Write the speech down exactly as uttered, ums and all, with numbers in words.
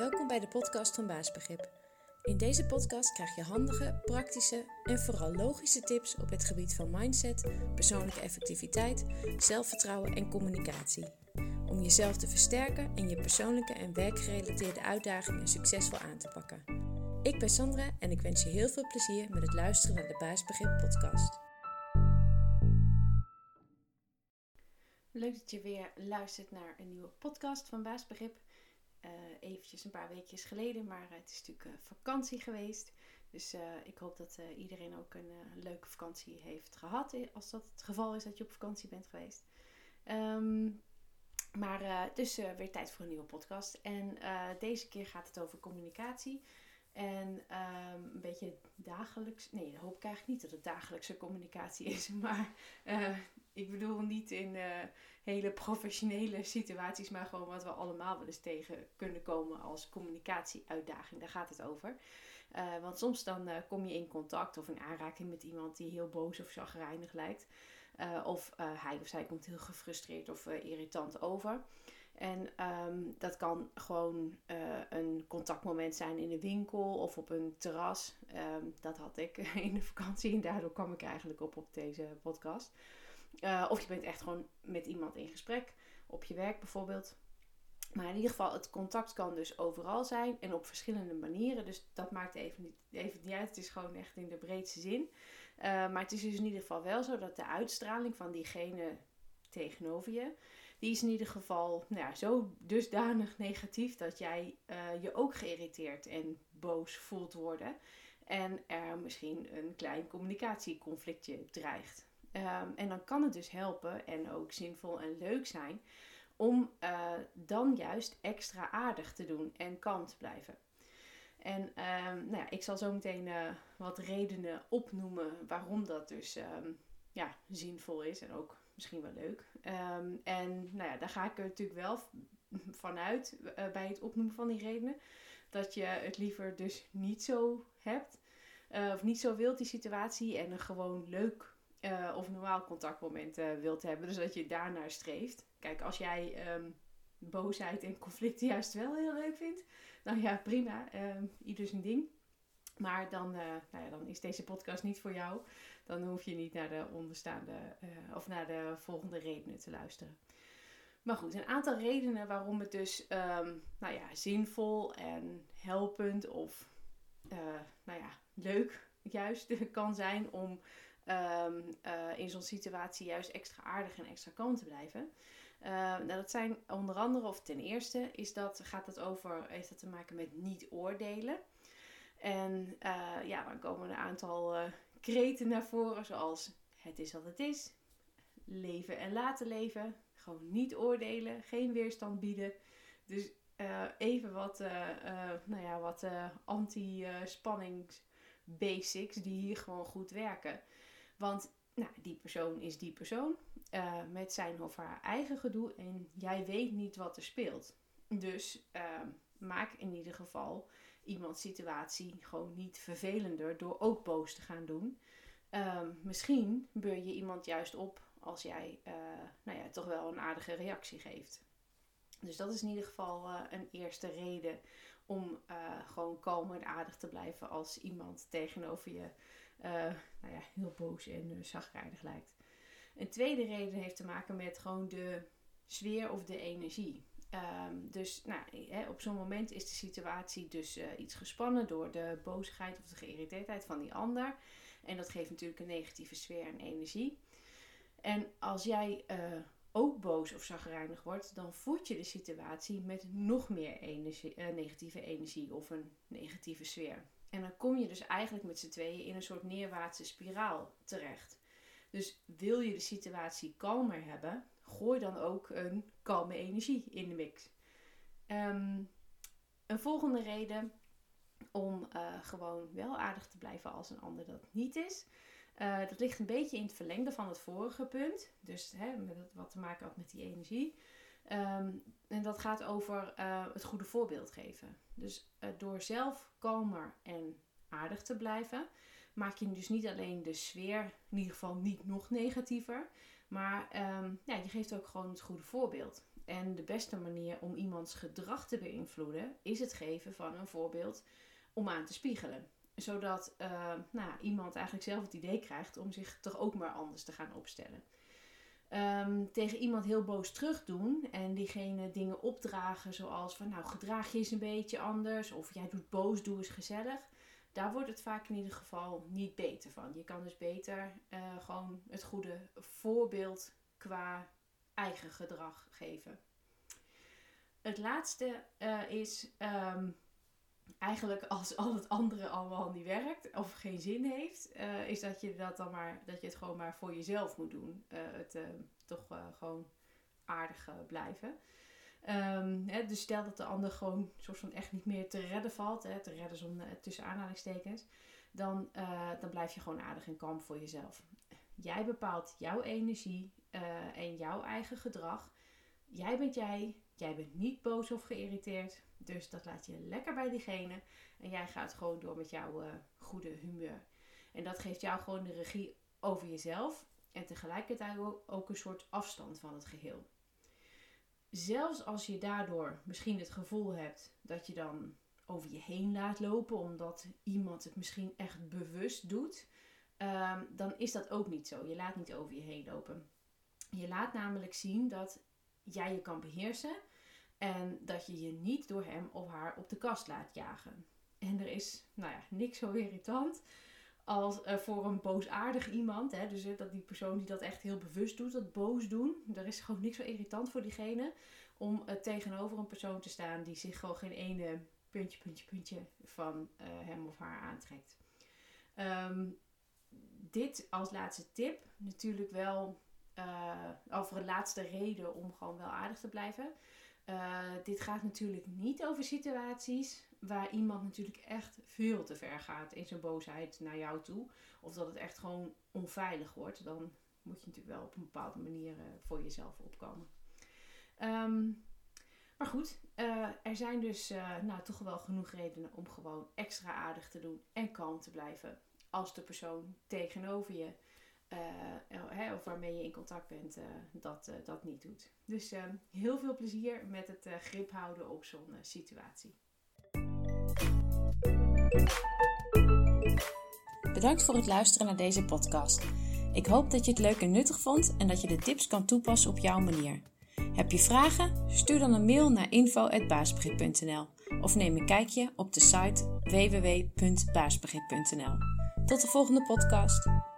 Welkom bij de podcast van Baasbegrip. In deze podcast krijg je handige, praktische en vooral logische tips op het gebied van mindset, persoonlijke effectiviteit, zelfvertrouwen en communicatie. Om jezelf te versterken en je persoonlijke en werkgerelateerde uitdagingen succesvol aan te pakken. Ik ben Sandra en ik wens je heel veel plezier met het luisteren naar de Baasbegrip podcast. Leuk dat je weer luistert naar een nieuwe podcast van Baasbegrip. Uh, eventjes een paar weekjes geleden, maar uh, het is natuurlijk uh, vakantie geweest. Dus uh, ik hoop dat uh, iedereen ook een uh, leuke vakantie heeft gehad, als dat het geval is dat je op vakantie bent geweest. Um, maar uh, dus uh, weer tijd voor een nieuwe podcast. En uh, deze keer gaat het over communicatie. En um, een beetje dagelijks, nee, dat hoop ik eigenlijk niet dat het dagelijkse communicatie is. Maar uh, ik bedoel niet in uh, hele professionele situaties, maar gewoon wat we allemaal wel eens tegen kunnen komen als communicatieuitdaging. Daar gaat het over. Uh, want soms dan uh, kom je in contact of in aanraking met iemand die heel boos of chagrijnig lijkt. Uh, of uh, hij of zij komt heel gefrustreerd of uh, irritant over. En um, dat kan gewoon uh, een contactmoment zijn in de winkel of op een terras. Um, dat had ik in de vakantie en daardoor kwam ik eigenlijk op op deze podcast. Uh, of je bent echt gewoon met iemand in gesprek, op je werk bijvoorbeeld. Maar in ieder geval, het contact kan dus overal zijn en op verschillende manieren. Dus dat maakt even niet, even niet uit. Het is gewoon echt in de breedste zin. Uh, maar het is dus in ieder geval wel zo dat de uitstraling van diegene tegenover je, die is in ieder geval nou ja, zo dusdanig negatief dat jij uh, je ook geïrriteerd en boos voelt worden. En er misschien een klein communicatieconflictje dreigt. Um, en dan kan het dus helpen en ook zinvol en leuk zijn om uh, dan juist extra aardig te doen en kalm te blijven. En um, nou ja, ik zal zo meteen uh, wat redenen opnoemen waarom dat dus um, ja, zinvol is en ook misschien wel leuk. Um, en nou ja, daar ga ik er natuurlijk wel vanuit uh, bij het opnoemen van die redenen. Dat je het liever dus niet zo hebt. Uh, of niet zo wilt die situatie. En een gewoon leuk uh, of normaal contactmoment uh, wilt hebben. Dus dat je daarnaar streeft. Kijk, als jij um, boosheid en conflicten juist wel heel leuk vindt. Nou ja, prima. Um, ieder zijn ding. Maar dan, uh, nou ja, dan is deze podcast niet voor jou. Dan hoef je niet naar de onderstaande uh, of naar de volgende redenen te luisteren. Maar goed, een aantal redenen waarom het dus um, nou ja, zinvol en helpend of uh, nou ja, leuk juist kan zijn om um, uh, in zo'n situatie juist extra aardig en extra kalm te blijven. Uh, nou, dat zijn onder andere, of ten eerste, is dat, gaat het over, heeft dat te maken met niet oordelen. En uh, ja, dan komen een aantal uh, kreten naar voren, zoals het is wat het is, leven en laten leven, gewoon niet oordelen, geen weerstand bieden. Dus uh, even wat, uh, uh, nou ja, wat uh, anti-spannings-basics die hier gewoon goed werken. Want nou, die persoon is die persoon uh, met zijn of haar eigen gedoe en jij weet niet wat er speelt. Dus uh, maak in ieder geval iemands situatie gewoon niet vervelender door ook boos te gaan doen. Um, misschien beur je iemand juist op als jij uh, nou ja, toch wel een aardige reactie geeft. Dus dat is in ieder geval uh, een eerste reden om uh, gewoon kalm en aardig te blijven als iemand tegenover je uh, nou ja, heel boos en uh, chagrijnig lijkt. Een tweede reden heeft te maken met gewoon de sfeer of de energie. Um, dus nou, he, op zo'n moment is de situatie dus uh, iets gespannen door de boosheid of de geïrriteerdheid van die ander. En dat geeft natuurlijk een negatieve sfeer en energie. En als jij uh, ook boos of chagrijnig wordt, dan voed je de situatie met nog meer energie, uh, negatieve energie of een negatieve sfeer. En dan kom je dus eigenlijk met z'n tweeën in een soort neerwaartse spiraal terecht. Dus wil je de situatie kalmer hebben, gooi dan ook een kalme energie in de mix. Um, een volgende reden om uh, gewoon wel aardig te blijven als een ander dat niet is. Uh, dat ligt een beetje in het verlengde van het vorige punt. Dus hè, met het, wat te maken had met die energie. Um, en dat gaat over uh, het goede voorbeeld geven. Dus uh, door zelf kalmer en aardig te blijven, maak je dus niet alleen de sfeer in ieder geval niet nog negatiever. Maar um, ja, je geeft ook gewoon het goede voorbeeld. En de beste manier om iemands gedrag te beïnvloeden is het geven van een voorbeeld om aan te spiegelen. Zodat uh, nou, iemand eigenlijk zelf het idee krijgt om zich toch ook maar anders te gaan opstellen. Um, tegen iemand heel boos terug doen en diegene dingen opdragen zoals van nou gedraag je eens een beetje anders of jij doet boos, doe eens gezellig. Daar wordt het vaak in ieder geval niet beter van. Je kan dus beter uh, gewoon het goede voorbeeld qua eigen gedrag geven. Het laatste uh, is um, eigenlijk als al het andere allemaal niet werkt of geen zin heeft, uh, is dat je dat dan maar dat je het gewoon maar voor jezelf moet doen. Uh, het uh, toch uh, gewoon aardig uh, blijven. Um, hè, dus stel dat de ander gewoon soort van echt niet meer te redden valt, hè, te redden zonder, uh, tussen aanhalingstekens, dan, uh, dan blijf je gewoon aardig en kalm voor jezelf. Jij bepaalt jouw energie uh, en jouw eigen gedrag. Jij bent jij, jij bent niet boos of geïrriteerd, dus dat laat je lekker bij diegene en jij gaat gewoon door met jouw uh, goede humeur. En dat geeft jou gewoon de regie over jezelf en tegelijkertijd ook een soort afstand van het geheel. Zelfs als je daardoor misschien het gevoel hebt dat je dan over je heen laat lopen, omdat iemand het misschien echt bewust doet, um, dan is dat ook niet zo. Je laat niet over je heen lopen. Je laat namelijk zien dat jij je kan beheersen en dat je je niet door hem of haar op de kast laat jagen. En er is, nou ja, niks zo irritant als uh, voor een boosaardig iemand, hè, dus uh, dat die persoon die dat echt heel bewust doet, dat boos doen, er is gewoon niks zo irritant voor diegene om uh, tegenover een persoon te staan die zich gewoon geen ene puntje, puntje, puntje van uh, hem of haar aantrekt. Um, dit als laatste tip, natuurlijk wel uh, over een laatste reden om gewoon wel aardig te blijven. Uh, dit gaat natuurlijk niet over situaties waar iemand natuurlijk echt veel te ver gaat in zijn boosheid naar jou toe. Of dat het echt gewoon onveilig wordt. Dan moet je natuurlijk wel op een bepaalde manier uh, voor jezelf opkomen. Um, maar goed, uh, er zijn dus uh, nou, toch wel genoeg redenen om gewoon extra aardig te doen en kalm te blijven. Als de persoon tegenover je, uh, hè, of waarmee je in contact bent, uh, dat, uh, dat niet doet. Dus uh, heel veel plezier met het uh, grip houden op zo'n uh, situatie. Bedankt voor het luisteren naar deze podcast. Ik hoop dat je het leuk en nuttig vond en dat je de tips kan toepassen op jouw manier. Heb je vragen? Stuur dan een mail naar info at baasbegrip punt n l of neem een kijkje op de site w w w punt baasbegrip punt n l. Tot de volgende podcast.